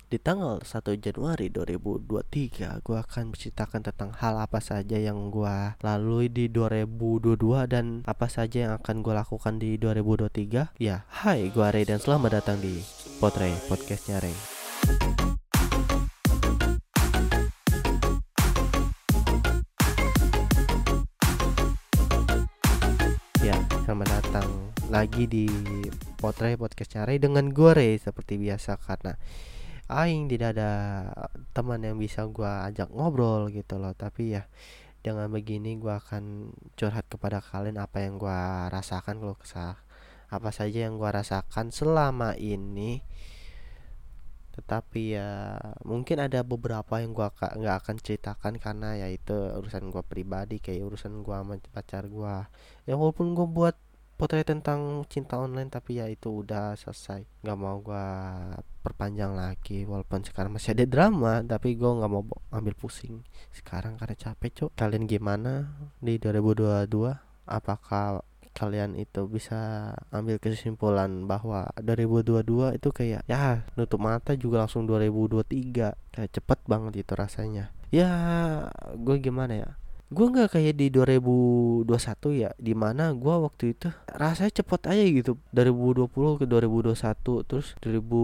Di tanggal 1 Januari 2023, gue akan menceritakan tentang hal apa saja yang gue lalui di 2022 dan apa saja yang akan gue lakukan di 2023. Ya, hai, gue Ray dan selamat datang di Potre, podcastnya Ray. Ya, selamat datang lagi di Potre, podcastnya Ray dengan gue Ray seperti biasa, karena aing tidak ada teman yang bisa gua ajak ngobrol gitu loh. Tapi ya dengan begini gua akan curhat kepada kalian apa yang gua rasakan, kalau kesah apa saja yang gua rasakan selama ini. Tetapi ya mungkin ada beberapa yang gua nggak akan ceritakan karena ya itu urusan gua pribadi, kayak urusan gua sama pacar gua. Ya walaupun gua buat potret tentang cinta online, tapi ya itu udah selesai, nggak mau gua perpanjang lagi. Walaupun sekarang masih ada drama, tapi gua nggak mau ambil pusing sekarang karena capek, cok. Kalian gimana di 2022? Apakah kalian itu bisa ambil kesimpulan bahwa 2022 itu kayak ya nutup mata juga langsung 2023, kayak cepet banget itu rasanya. Ya gue gimana ya, gue nggak kayak di 2021 ya, dimana gue waktu itu rasanya cepet aja gitu, 2020 ke 2021, terus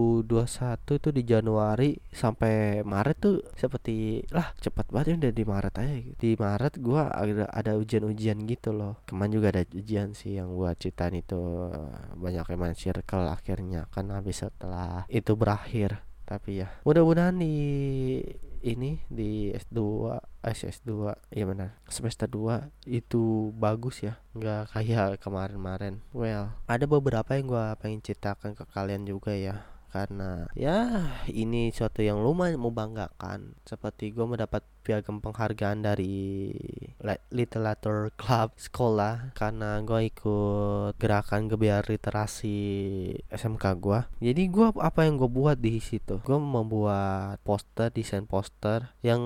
2021 itu di Januari sampai Maret tuh seperti lah cepet banget ya, udah di Maret aja gitu. Di Maret gue ada ujian-ujian gitu loh. Kemarin juga ada ujian sih yang gue ceritain itu, banyak yang circle akhirnya kan habis setelah itu berakhir. Tapi ya mudah-mudahan di ini di S2 S2 ya benar, semester 2 itu bagus ya, nggak kayak kemarin-kemarin. Well, ada beberapa yang gua pengen ceritakan ke kalian juga ya, karena ya ini suatu yang lumayan membanggakan. Seperti gue mendapat piagam penghargaan dari Literatur Club sekolah karena gue ikut gerakan gebiar literasi SMK gue. Jadi gue apa yang gue buat di situ, gue membuat poster, desain poster yang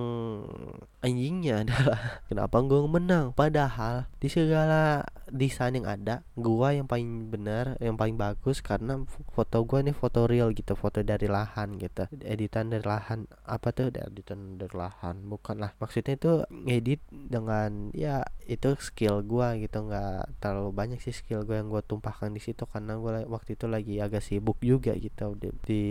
anjingnya adalah kenapa gue menang, padahal di segala desain yang ada gua yang paling benar, yang paling bagus, karena foto gua nih foto real gitu, foto dari lahan gitu, editan dari lahan. Apa tuh editan dari lahan? Bukan lah, maksudnya itu ngedit dengan ya itu skill gua gitu, nggak terlalu banyak sih skill gua yang gua tumpahkan di situ karena gua waktu itu lagi agak sibuk juga gitu. Di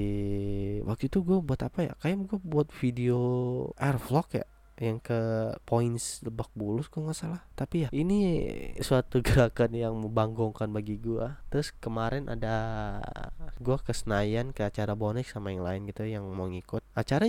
waktu itu gua buat apa ya, kayak gua buat video airvlog ya, yang ke Points Lebak Bulus kalau nggak salah. Tapi ya ini suatu gerakan yang membanggakan bagi gua. Terus kemarin ada gua ke Senayan ke acara bonek sama yang lain gitu yang mau ngikut.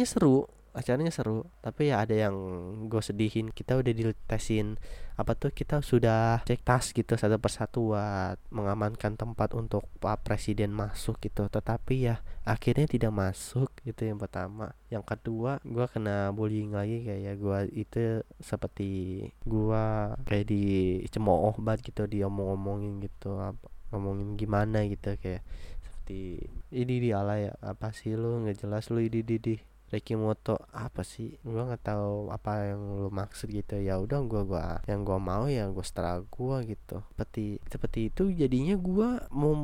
Acaranya seru, tapi ya ada yang gue sedihin. Kita udah ditesin apa tuh, kita sudah cek tas gitu satu persatu buat mengamankan tempat untuk Pak Presiden masuk gitu, tetapi ya akhirnya tidak masuk. Itu yang pertama. Yang kedua, gue kena bullying lagi, kayak gue itu seperti gue kayak dicemooh banget gitu, diomong-omongin gitu, ngomongin gimana gitu, kayak seperti ini ala ya, apa sih lu, nggak jelas lu, di Ricky Moto apa sih, gua nggak tahu apa yang lu maksud gitu. Ya udah, gua yang gua mau ya gua setelah gua gitu, seperti itu. Jadinya gua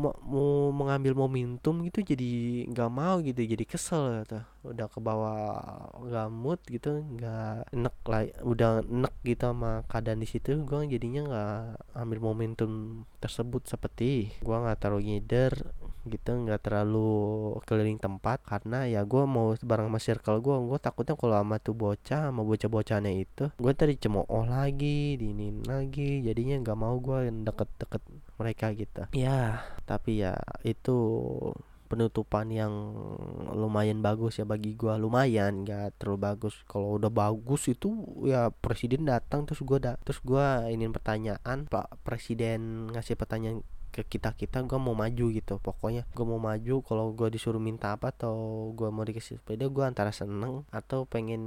mau mengambil momentum gitu, jadi nggak mau gitu, jadi kesel gitu, udah ke bawah, nggak mood gitu, nggak enek lah, udah enek gitu sama keadaan di situ. Gua jadinya nggak ambil momentum tersebut, seperti gua nggak terlalu ngider gitu, nggak terlalu keliling tempat, karena ya gue mau bareng sama circle gue takutnya kalau sama tuh bocah, sama bocah-bocahnya itu gue tadi cemooh lagi, diinin lagi, jadinya nggak mau gue deket-deket mereka gitu ya. Tapi ya itu penutupan yang lumayan bagus ya bagi gue, lumayan, nggak terlalu bagus. Kalau udah bagus itu ya presiden datang, terus gue ingin pertanyaan, Pak Presiden ngasih pertanyaan ke kita gue mau maju gitu. Pokoknya gue mau maju, kalau gue disuruh minta apa atau gue mau dikasih sepeda, gue antara seneng atau pengen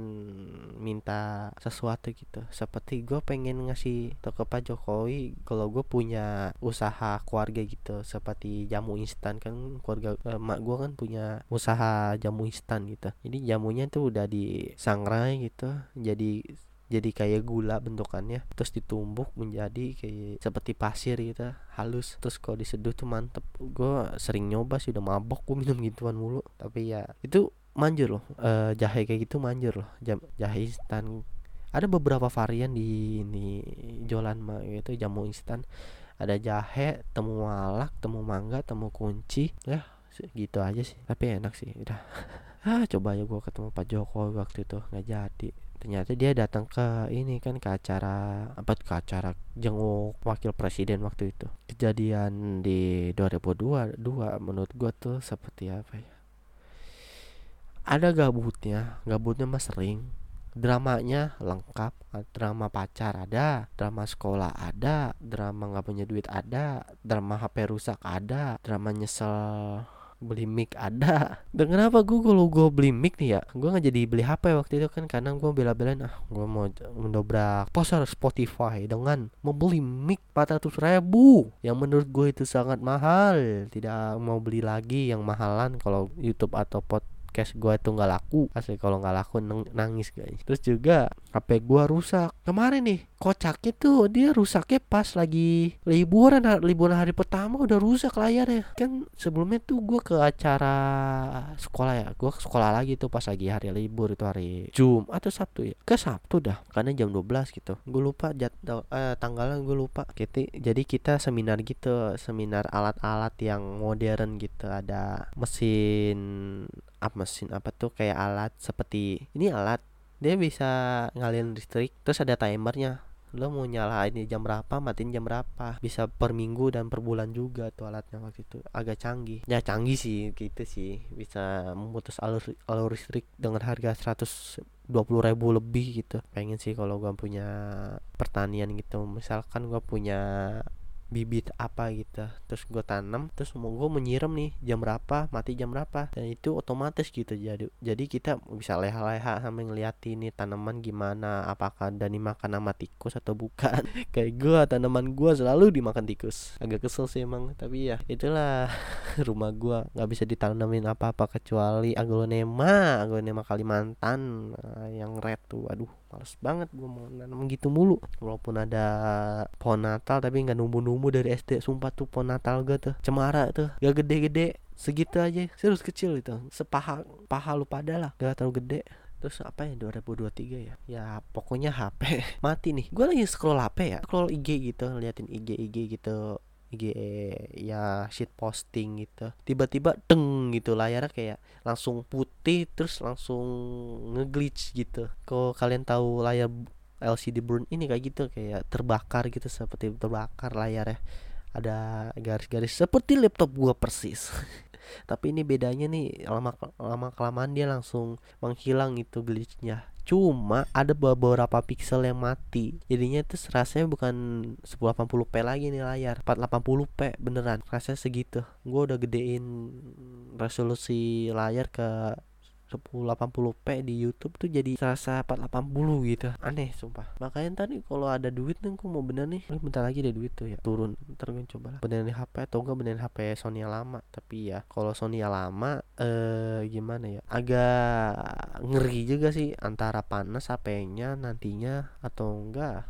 minta sesuatu gitu. Seperti gue pengen ngasih tau ke Pak Jokowi kalau gue punya usaha keluarga gitu, seperti jamu instan. Kan keluarga emak gue kan punya usaha jamu instan gitu, jadi jamunya tuh udah disangrai gitu, jadi kayak gula bentukannya, terus ditumbuk menjadi kayak seperti pasir gitu, halus. Terus kalau diseduh tuh mantep. Gue sering nyoba sih, udah mabok gue minum gituan mulu. Tapi ya itu manjur loh, jahe kayak gitu manjur loh, jahe instan. Ada beberapa varian di ini jualan mah itu jamu instan. Ada jahe, temu malak, temu mangga, temu kunci. Ya, gitu aja sih. Tapi enak sih. Udah. Coba aja gua ketemu Pak Jokowi waktu itu nggak jadi. Ternyata dia datang ke ini kan, ke acara apa tuh, ke acara jenguk wakil presiden waktu itu. Kejadian di 2022 menurut gua tuh seperti apa ya? Ada gabutnya mah sering. Dramanya lengkap, drama pacar ada, drama sekolah ada, drama nggak punya duit ada, drama HP rusak ada, drama nyesel beli mic ada. Dan kenapa kalau gue beli mic nih ya, gue nggak jadi beli HP waktu itu kan, karena gue bela-belain gue mau mendobrak pasar Spotify dengan membeli mic 400.000 yang menurut gue itu sangat mahal. Tidak mau beli lagi yang mahalan kalau YouTube atau podcast gue itu nggak laku. Asli kalau nggak laku nangis guys. Terus juga HP gue rusak kemarin nih, kocaknya tuh dia rusaknya pas lagi liburan hari pertama udah rusak layarnya. Kan sebelumnya tuh gue ke acara sekolah ya, gue ke sekolah lagi tuh pas lagi hari libur, itu hari Jumat atau Sabtu ya, ke Sabtu dah, karena jam 12 gitu. Gue lupa tanggalnya, gue lupa. Jadi kita seminar gitu, seminar alat-alat yang modern gitu. Ada mesin apa tuh, kayak alat seperti ini, alat dia bisa ngalihin listrik, terus ada timernya, lo mau nyalain jam berapa, matiin jam berapa, bisa per minggu dan per bulan juga tuh alatnya. Waktu itu agak canggih ya, canggih sih gitu sih, bisa memutus alur listrik dengan harga 120.000 lebih gitu. Pengen sih kalau gua punya pertanian gitu, misalkan gua punya bibit apa gitu, terus gue tanam, terus mau gue menyiram nih jam berapa, mati jam berapa, dan itu otomatis gitu. Jadi kita bisa leha-leha sambil ngeliatin nih tanaman gimana, apakah dan dimakan sama tikus atau bukan. Kayak gue, tanaman gue selalu dimakan tikus, agak kesel sih emang, tapi ya itulah. Rumah gue nggak bisa ditanamin apa-apa kecuali aglonema Kalimantan, yang red tuh. Aduh, males banget gue mau nanam gitu mulu. Walaupun ada pohon Natal tapi nggak numbu-numbu dari SD. Sumpah tuh pohon Natal gue tuh cemara tuh, gak gede-gede, segitu aja, serius kecil itu, paha lu pada lah, gak terlalu gede. Terus apa ya, 2023 ya, ya pokoknya HP mati nih. Gue lagi scroll HP ya, scroll IG gitu, liatin IG gitu, IG ya, shit posting gitu, tiba-tiba deng gitu, layarnya kayak langsung putih, terus langsung ngeglitch gitu. Kalau kalian tahu layar LCD burn ini kayak gitu, kayak terbakar gitu, seperti terbakar layarnya, ada garis-garis seperti laptop gua persis. Tapi ini bedanya nih, lama kelamaan dia langsung menghilang itu glitchnya. Cuma ada beberapa pixel yang mati, jadinya itu rasanya bukan 1080p lagi nih layar, 480p beneran, rasanya segitu. Gua udah gedein resolusi layar ke 1080p di YouTube tuh jadi serasa 480 gitu. Aneh sumpah. Makanya tadi kalau ada duit nih, aku mau bener nih. Bentar lagi ada duit tuh ya, turun. Ntar gue coba lah benerin HP, atau enggak benerin HP Sony yang lama. Tapi ya kalau Sony yang lama gimana ya, agak ngeri juga sih, antara panas HP-nya nantinya atau enggak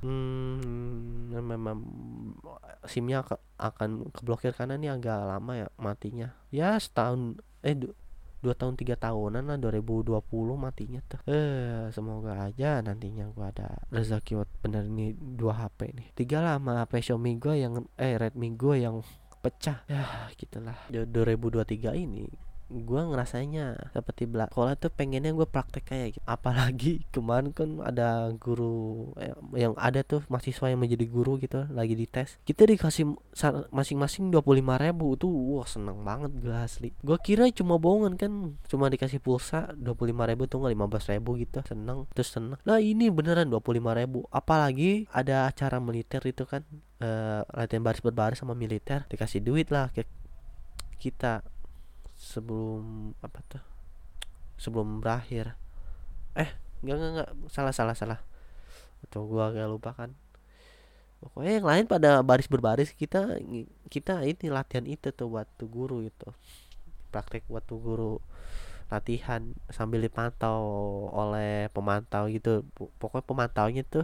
memang SIM-nya akan keblokir, karena ini agak lama ya matinya. Ya setahun 2 tahun 3 tahunan lah, 2020 matinya tuh. Semoga aja nantinya gua ada rezeki buat bener nih 2 HP nih. 3 lah sama HP Xiaomi gua yang Redmi gua yang pecah. Ya gitulah. 2023 ini gue ngerasanya seperti sekolah tuh pengennya gue praktek kayak gitu. Apalagi kemarin kan ada guru yang ada tuh mahasiswa yang menjadi guru gitu, lagi dites, kita dikasih masing-masing 25.000 tuh. Wah seneng banget gue asli. Gue kira cuma bohongan kan, cuma dikasih pulsa 25.000 tuh, nggak 15.000 gitu. Seneng lah, ini beneran 25.000. Apalagi ada acara militer itu kan, latihan baris berbaris sama militer, dikasih duit lah ke kita sebelum berakhir. Enggak, salah, atau gua agak lupa kan. Pokoknya yang lain pada baris berbaris, kita ini latihan itu tuh buat tuh guru itu, praktek buat tuh guru, latihan sambil dipantau oleh pemantau gitu. Pokoknya pemantaunya tuh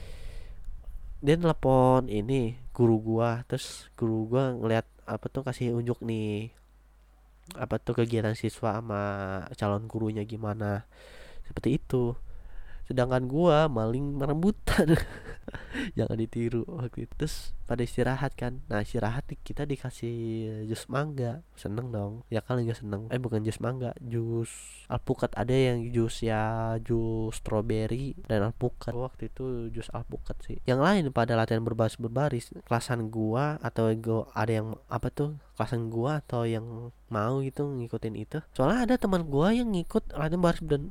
dia telepon ini guru gua, terus guru gua ngeliat apa tuh, kasih unjuk nih apa tuh kegiatan siswa sama calon gurunya gimana, seperti itu. Sedangkan gua maling rambutan. Jangan ditiru waktu itu. Terus pada istirahat kan, nah istirahat kita dikasih jus mangga, seneng dong ya, kali nggak seneng. Bukan jus mangga, jus alpukat. Ada yang jus ya, jus strawberry dan alpukat. Waktu itu jus alpukat sih. Yang lain pada latihan berbaris kelasan gua, atau gua ada yang apa tuh, kelasan gua atau yang mau gitu ngikutin itu. Soalnya ada teman gua yang ngikut latihan baris dan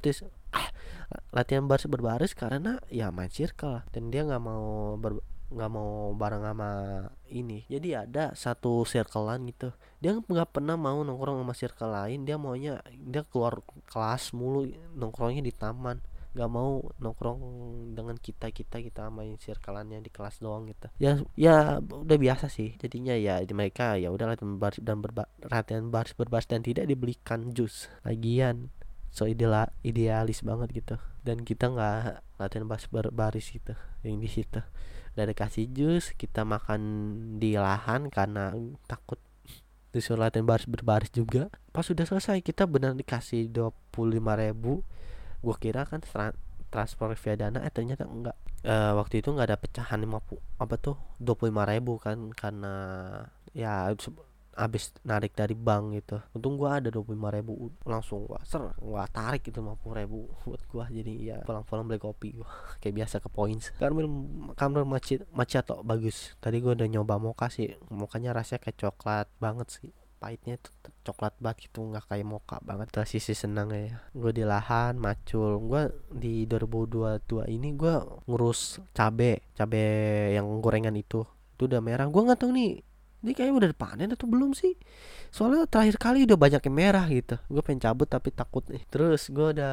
latihan baris berbaris karena ya main circle, dan dia nggak mau bareng sama ini. Jadi ada satu circlean gitu, dia nggak pernah mau nongkrong sama circle lain. Dia keluar kelas mulu, nongkrongnya di taman, nggak mau nongkrong dengan kita main circleannya di kelas doang gitu. Ya udah biasa sih jadinya. Ya mereka ya udah latihan baris berbaris dan tidak dibelikan jus. Lagian so idealis banget gitu, dan kita nggak latihan baris gitu. Yang di situ udah dikasih jus, kita makan di lahan karena takut disuruh latihan baris berbaris juga. Pas sudah selesai kita benar dikasih 25.000. Gua kira kan transfer via Dana, ternyata enggak. Waktu itu nggak ada pecahan 50 apa tuh 25.000 kan, karena ya abis narik dari bank gitu. Untung gua ada 25.000, langsung gua tarik itu 50.000 buat gua. Jadi ya pulang-pulang beli kopi gua kayak biasa ke Points. Caramel macchiato bagus. Tadi gua udah nyoba mocha sih, mokanya rasanya kayak coklat banget sih, pahitnya tuh coklat banget gitu, nggak kayak mocha banget. Terus sisi senang ya, gue di lahan macul. Gue di 2022 ini gue ngurus cabe yang gorengan itu udah merah. Gue nggak tahu nih, ini kayaknya udah panen atau belum sih, soalnya terakhir kali udah banyak yang merah gitu. Gue pengen cabut tapi takut nih. Terus gue udah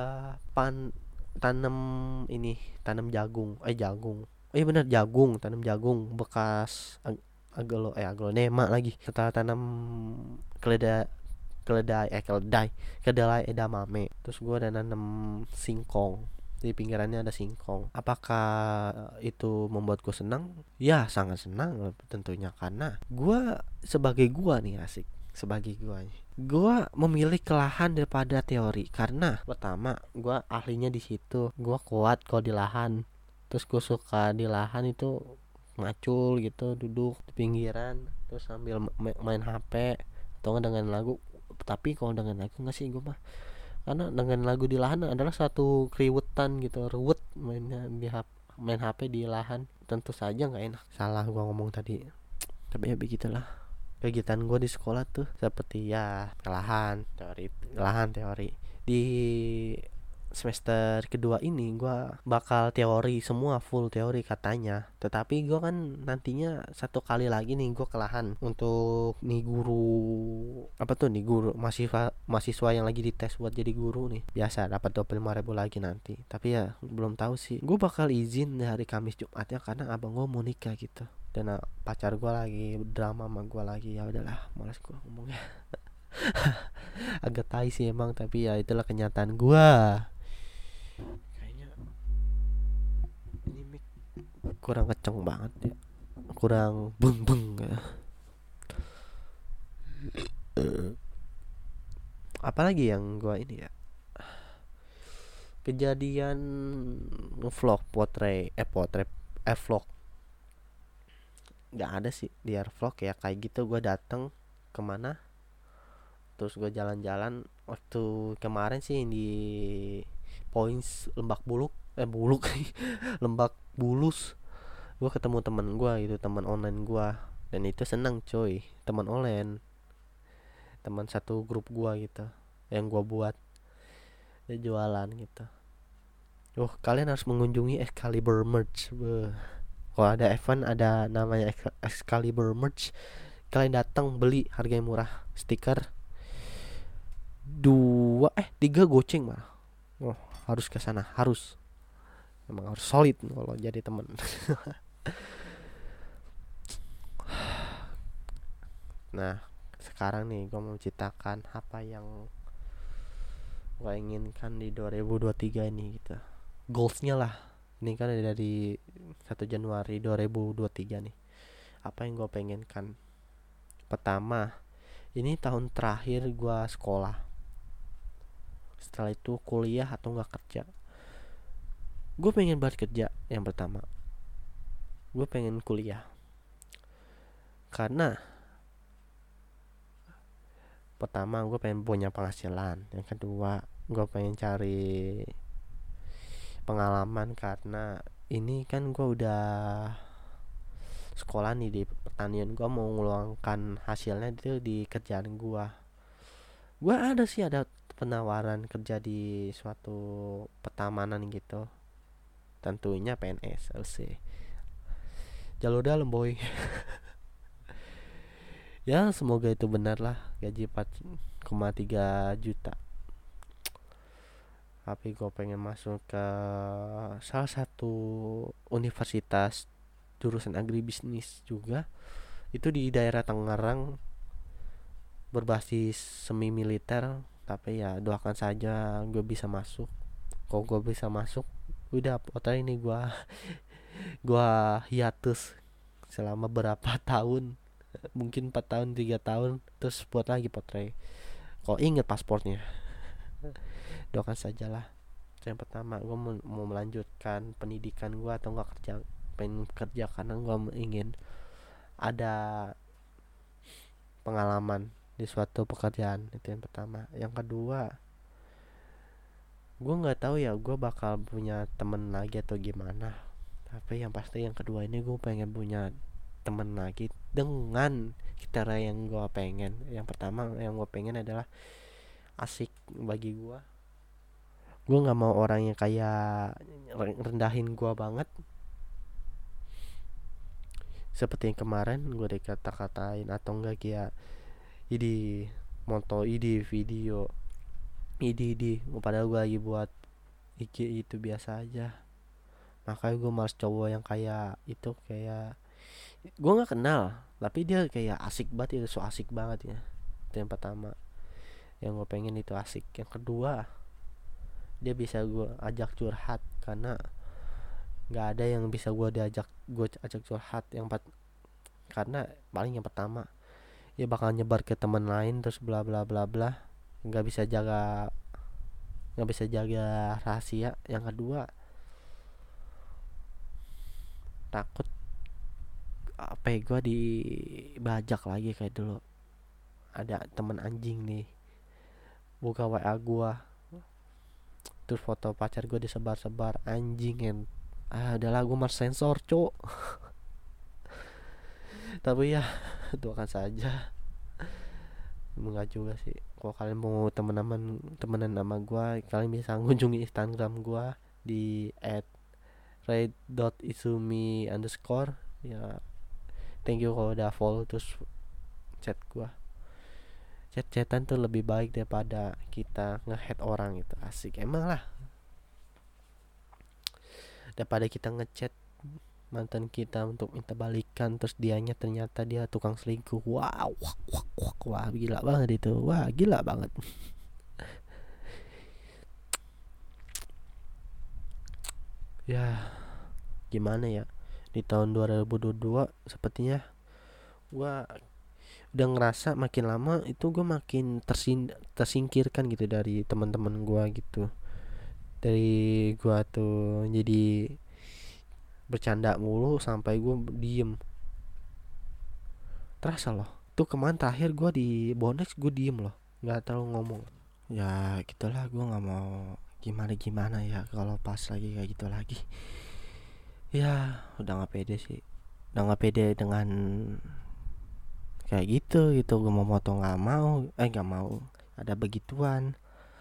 tanam jagung. Bener, tanam jagung bekas aglonema lagi. Setelah tanam keledai kedelai edamame. Terus gue udah nanam singkong, di pinggirannya ada singkong. Apakah itu membuat gue senang? Ya sangat senang tentunya, karena gue sebagai gue nih, asik, sebagai gue memilih kelahan daripada teori. Karena pertama gue ahlinya di situ, gue kuat kalau di lahan. Terus gue suka di lahan itu macul gitu, duduk di pinggiran terus sambil main HP atau dengan lagu. Tapi kalau dengan lagu nggak sih gue mah, karena dengan lagu di lahan adalah satu keriwetan gitu, ruwet main HP di lahan. Tentu saja nggak enak. Salah gue ngomong tadi, tapi ya begitulah. Kegiatan gue di sekolah tuh seperti ya lahan teori. Di semester kedua ini gue bakal teori semua, full teori katanya. Tetapi gue kan nantinya satu kali lagi nih gue kelahan untuk nih guru mahasiswa yang lagi dites buat jadi guru nih. Biasa dapat 25.000 lagi nanti. Tapi ya belum tahu sih. Gue bakal izin hari Kamis Jumatnya karena abang gue mau nikah gitu. Dan pacar gue lagi drama sama gue lagi. Ya udahlah, malas gue ngomongnya. Agak tai sih emang, tapi ya itulah kenyataan gue. Kayaknya ini mic kurang kenceng banget ya, kurang beng ya. Apalagi yang gue ini ya, kejadian vlog vlog nggak ada sih di vlog ya. Kayak gitu gue dateng kemana, terus gue jalan-jalan. Waktu kemarin sih di Points Lembak Lembak Bulus, gue ketemu teman gue gitu, teman online gue. Dan itu seneng coy, teman online, teman satu grup gue gitu yang gue buat. Dia jualan gitu. Kalian harus mengunjungi Excalibur Merch. Kalau ada event ada namanya Excalibur Merch, kalian datang beli, harganya murah. Stiker 3 goceng mah. Harus ke sana, emang harus solid kalau jadi temen. Nah sekarang nih gue mau ceritakan apa yang gue inginkan di 2023 ini gitu. Goalsnya lah. Ini kan dari 1 Januari 2023 nih. Apa yang gue pengenkan? Pertama, Ini tahun terakhir gue sekolah. Setelah itu kuliah atau nggak kerja. Gue pengen banget kerja. Yang pertama, gue pengen kuliah karena pertama gue pengen punya penghasilan. Yang kedua, gue pengen cari pengalaman karena ini kan gue udah sekolah nih di pertanian. Gue mau ngeluangkan hasilnya itu di kerjaan gue. Ada penawaran kerja di suatu pertamanan gitu, tentunya PNS. Jalur dalam boy. Ya semoga itu benar lah, gaji 4,3 juta. Tapi gue pengen masuk ke salah satu universitas jurusan agribisnis juga, itu di daerah Tangerang, berbasis semi militer. Tapi ya doakan saja gue bisa masuk. Kalau gue bisa masuk, udah potret ini gue hiatus selama berapa tahun, mungkin 4 tahun 3 tahun, terus buat lagi potret. Kok inget paspornya. Doakan sajalah. Yang pertama, gue mau melanjutkan pendidikan gue atau nggak kerja, pengen kerja karena gue ingin ada pengalaman di suatu pekerjaan. Itu yang pertama. Yang kedua, gue nggak tahu ya gue bakal punya temen lagi atau gimana. Tapi yang pasti yang kedua ini gue pengen punya temen lagi dengan kriteria yang gue pengen. Yang pertama yang gue pengen adalah asik bagi gue nggak mau orang yang kayak rendahin gue banget, seperti yang kemarin gue dikata-katain atau enggak kayak ini moto ini video ini padahal gue lagi buat IG itu biasa aja. Makanya gue males cowok yang kayak itu, kayak gue nggak kenal tapi dia kayak asik banget, itu so asik banget ya. Itu yang pertama yang gue pengen, itu asik. Yang kedua, dia bisa gue ajak curhat karena nggak ada yang bisa gue ajak curhat. Karena paling yang pertama dia bakal nyebar ke teman lain terus bla bla bla bla, nggak bisa jaga rahasia. Yang kedua, takut apa ya, gue dibajak lagi kayak dulu. Ada teman anjing nih buka WA gue, terus foto pacar gue disebar-sebar, anjing kan. Udahlah gue mas sensor cok. Tapi ya doakan saja. Enggak juga sih. Kalau kalian mau temenan sama gue, kalian bisa kunjungi Instagram gue di @red.isumi_ ya. Thank you kalau udah follow terus chat gue. Chat-chatan tuh lebih baik daripada kita nge-head orang, itu asik emang lah. Daripada kita ngechat mantan kita untuk minta balikan terus dianya ternyata dia tukang selingkuh. Wah gila banget itu. Wah gila banget. Ya gimana ya, di tahun 2022 sepertinya gua udah ngerasa makin lama itu gue makin tersingkirkan gitu dari teman-teman gue gitu. Dari gue tuh jadi bercanda mulu sampai gue diem. Terasa loh tuh kemarin terakhir gue di Bonex gue diem loh, nggak terlalu ngomong. Ya gitulah, gue nggak mau gimana ya kalau pas lagi kayak gitu lagi. Ya udah nggak pede sih, udah nggak pede dengan kayak gitu. Gue mau moto nggak mau ada begituan.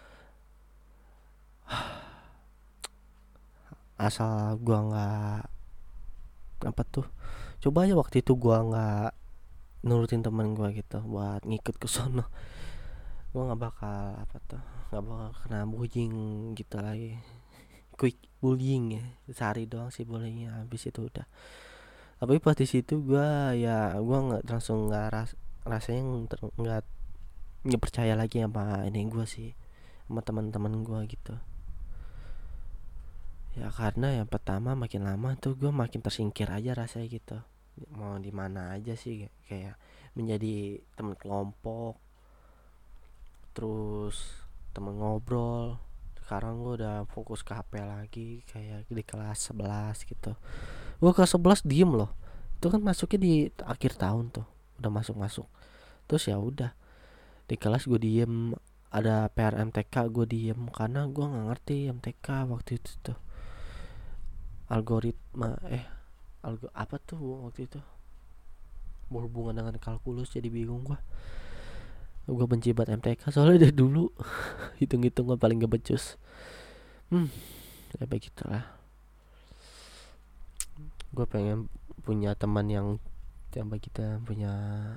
Asal gue nggak apa tuh, coba aja waktu itu gue nggak nurutin temen gue gitu buat ngikut ke sono, gue nggak bakal kena bullying gitu lagi. Quick bullying ya, sehari doang sih bullyingnya, habis itu udah. Tapi pas di situ gue nggak langsung rasanya nggak percaya lagi sama ini gue sih, sama teman-teman gue gitu. Ya karena yang pertama makin lama tuh gue makin tersingkir aja rasanya gitu. Mau di mana aja sih kayak menjadi teman kelompok terus temen ngobrol. Sekarang gue udah fokus ke HP lagi kayak di kelas 11 gitu. Gue kelas 11 diem loh, itu kan masuknya di akhir tahun tuh, udah masuk terus ya udah di kelas gue diem. Ada PR MTK gue diem karena gue nggak ngerti MTK waktu itu tuh, algoritma apa tuh waktu itu berhubungan dengan kalkulus, jadi bingung gue benci banget MTK soalnya dari dulu hitung-hitung gue paling gak becus. Ya begitulah. Gue pengen punya teman yang kita punya,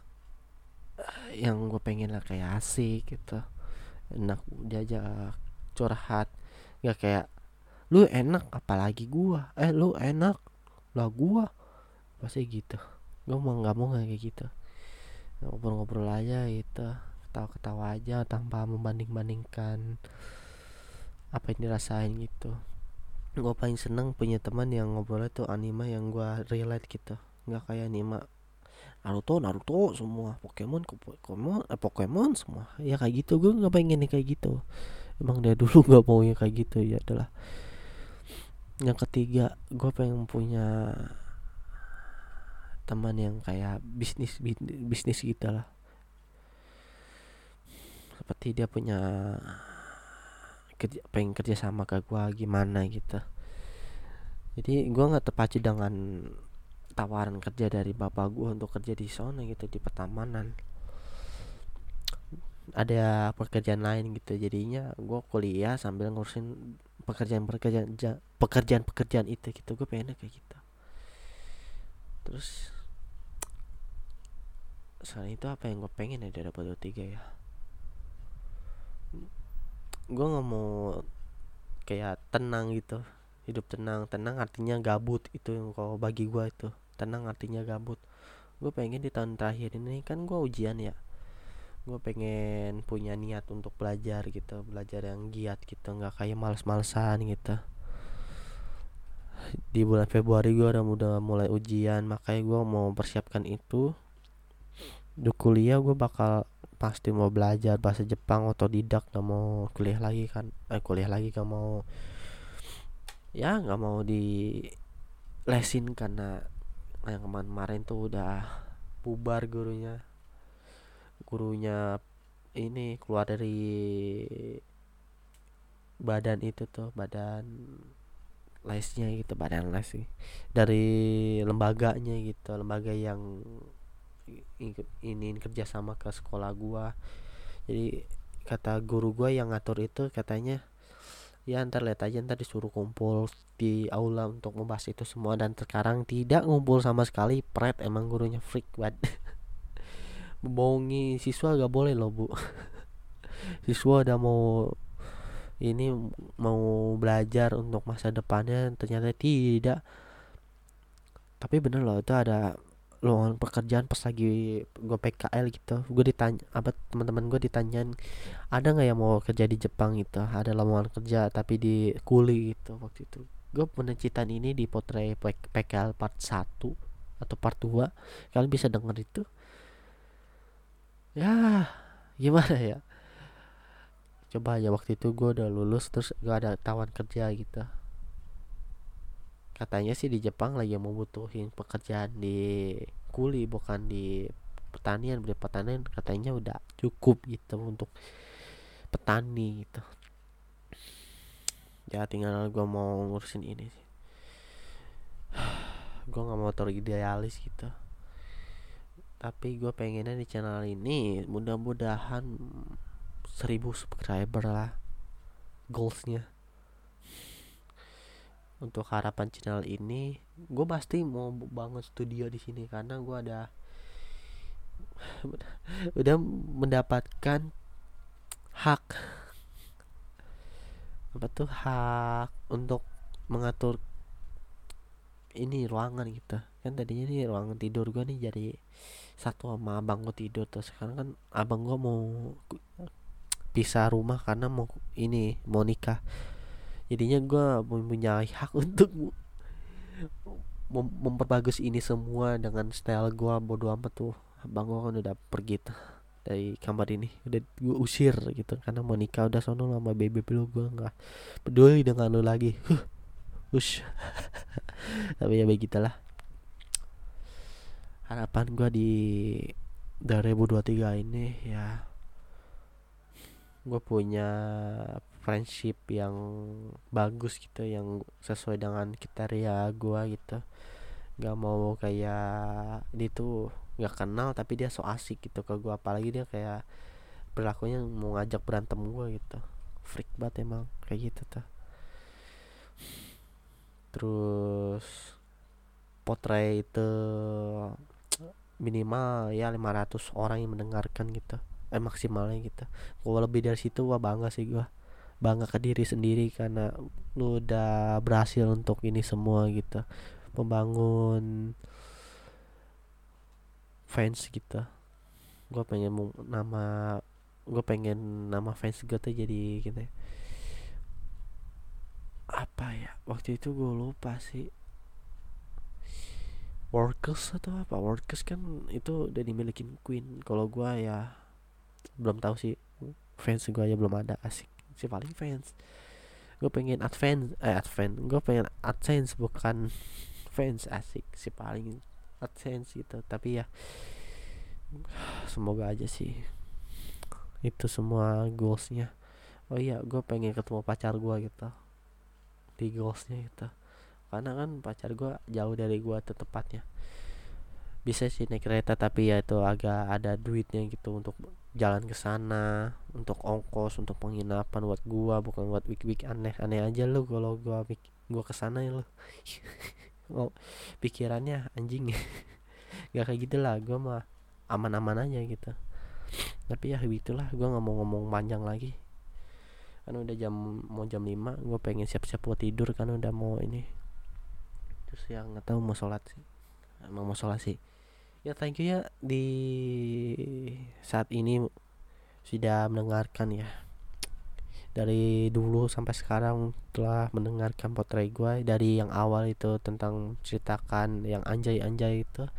yang gue pengen lah kayak asik gitu, enak diajak curhat, nggak kayak lu enak apalagi gua, lu enak lah gua, pasti gitu. Gue mau nggak mau kayak gitu, ngobrol-ngobrol aja gitu, ketawa-ketawa aja tanpa membanding-bandingkan apa yang dirasain gitu. Gue paling seneng punya teman yang ngobrolnya tuh anime yang gue relate gitu, nggak kayak anime Naruto semua, Pokemon semua ya kayak gitu. Gue nggak pengen nih kayak gitu, emang dari dulu nggak maunya kayak gitu. Ya adalah yang ketiga, gue pengen punya teman yang kayak bisnis gitu lah, seperti dia punya pengen kerja sama ke gue gimana gitu. Jadi gue nggak terpacu dengan tawaran kerja dari bapak gue untuk kerja di sana gitu, di pertamanan. Ada pekerjaan lain gitu, jadinya gue kuliah sambil ngurusin pekerjaan itu gitu. Gue pengennya kayak gitu. Terus selain itu apa yang gue pengen ya dari 2023 ya, gue nggak mau kayak tenang gitu, hidup tenang artinya gabut. Itu yang kalau bagi gue itu tenang artinya gabut. Gue pengen di tahun terakhir ini kan gue ujian ya, gue pengen punya niat untuk belajar gitu, belajar yang giat gitu, nggak kayak males-malesan gitu. Di bulan Februari gue udah mulai ujian, makanya gue mau mempersiapkan itu. Di kuliah gue bakal pasti mau belajar bahasa Jepang otodidak, nggak mau kuliah lagi kan, nggak mau, ya nggak mau di lesin karena yang kemarin tuh udah bubar gurunya ini keluar dari badan itu tuh, badan lesnya gitu, badan les sih, dari lembaganya gitu, lembaga yang ini kerja sama ke sekolah gua. Jadi kata guru gua yang ngatur itu, katanya ya ntar lihat aja, ntar disuruh kumpul di aula untuk membahas itu semua. Dan sekarang tidak ngumpul sama sekali, pret, emang gurunya freak banget. Membohongi siswa gak boleh loh bu. Siswa udah mau belajar untuk masa depannya, ternyata tidak. Tapi bener loh, itu ada lowongan pekerjaan pas lagi gue PKL gitu. Gue ditanya, apa, teman-teman gue ditanyain ada nggak yang mau kerja di Jepang gitu, ada lowongan kerja tapi di kuli gitu. Waktu itu gue pencitaan ini di Potret PKL part 1 atau part 2, kalian bisa denger itu ya. Gimana ya, coba aja waktu itu gue udah lulus terus gue ada tawaran kerja gitu. Katanya sih di Jepang lagi mau butuhin pekerjaan di kuli, bukan di pertanian. Beli pertanian katanya udah cukup gitu untuk petani gitu. Ya tinggal gue mau ngurusin ini sih. Gue nggak mau terlalu idealis gitu, tapi gue pengennya di channel ini mudah-mudahan 1000 subscriber lah goalsnya. Untuk harapan channel ini, gue pasti mau bangun studio di sini karena gue udah mendapatkan hak, apa tuh, hak untuk mengatur ini ruangan gitu kan. Tadinya nih ruangan tidur gue nih jadi satu sama abang gue tidur, terus sekarang kan abang gue mau pisah rumah karena mau nikah. Jadinya gue punya hak untuk memperbagus ini semua dengan style gue. Bodo amat tuh abang gue kan udah pergi tuh, dari kamar ini, udah gue usir gitu karena mau nikah, udah sono sama bebek lu, gue nggak peduli dengan lu lagi. Ush. Tapi ya begitulah harapan gue di 2023 ini ya, gue punya friendship yang bagus gitu, yang sesuai dengan kriteria gue gitu. Gak mau kayak dia tuh nggak kenal tapi dia so asik gitu ke gue, apalagi dia kayak perilakunya mau ngajak berantem gue gitu. Freak banget emang kayak gitu tuh. Terus potret itu minimal ya 500 orang yang mendengarkan gitu, maksimalnya gitu. Kalau lebih dari situ wah bangga sih gue, bangga ke diri sendiri karena lu udah berhasil untuk ini semua gitu, membangun fans gitu. Gue pengen nama, gue pengen nama fans gue tuh jadi gitu ya. Apa ya waktu itu gue lupa sih, Workers atau apa. Workers kan itu udah dimiliki Queen. Kalau gue ya belum tahu sih, fans gue aja belum ada. Asik sih paling fans. Gue pengen gue pengen AdSense bukan fans. Asik sih paling AdSense gitu. Tapi ya semoga aja sih itu semua goalsnya. Oh iya, gue pengen ketemu pacar gue gitu di goalsnya gitu, karena kan pacar gue jauh dari gue tuh tepatnya. Bisa sih naik kereta tapi ya itu agak ada duitnya gitu untuk jalan ke sana, untuk ongkos, untuk penginapan buat gua, bukan buat week aneh-aneh aja lu. Kalau gua ke sana ya lu. Oh, pikirannya anjing. Gak kayak gitulah, gua mah aman-aman aja gitu. Tapi ya begitulah, gua nggak mau ngomong panjang lagi. Kan udah mau jam 5, gua pengen siap-siap buat tidur kan udah mau ini. Terus ya nggak tahu mau sholat sih. Emang mau sholat sih. Ya thank you ya di saat ini sudah mendengarkan ya. Dari dulu sampai sekarang telah mendengarkan potret gue dari yang awal itu tentang ceritakan yang anjay-anjay itu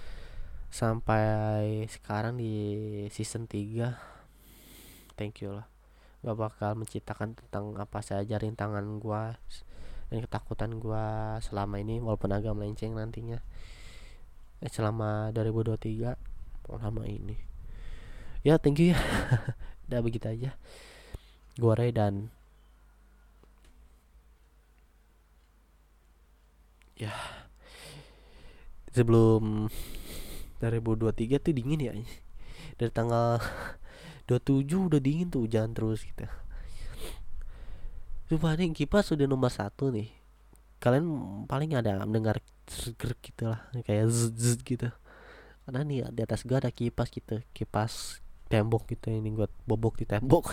sampai sekarang di season 3. Thank you lah. Gak bakal menceritakan tentang apa saja rintangan gue dan ketakutan gue selama ini, walaupun agak melenceng nantinya. Selama 2023 lama ini. Ya thank you ya. Udah begitu aja. Gue Ray dan ya sebelum 2023 tuh dingin ya. Dari tanggal 27 udah dingin tuh, hujan terus gitu. Sumpah nih kipas udah nomor 1 nih. Kalian paling ada mendengar seger gitu lah, kayak zzz gitu. Karena nih di atas gua ada kipas gitu, kipas tembok gitu, ini gua bobok di tembok.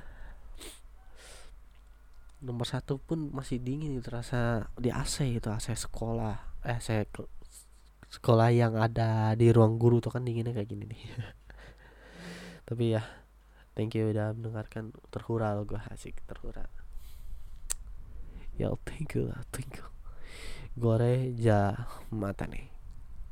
Nomor 1 pun masih dingin gitu, terasa di AC itu, AC sekolah, AC sekolah yang ada di ruang guru tuh kan dinginnya kayak gini nih. Tapi ya thank you udah mendengarkan. Terhura lo gue, asik terhura ya. Thank you lah, thank you. Gore ja mata nih.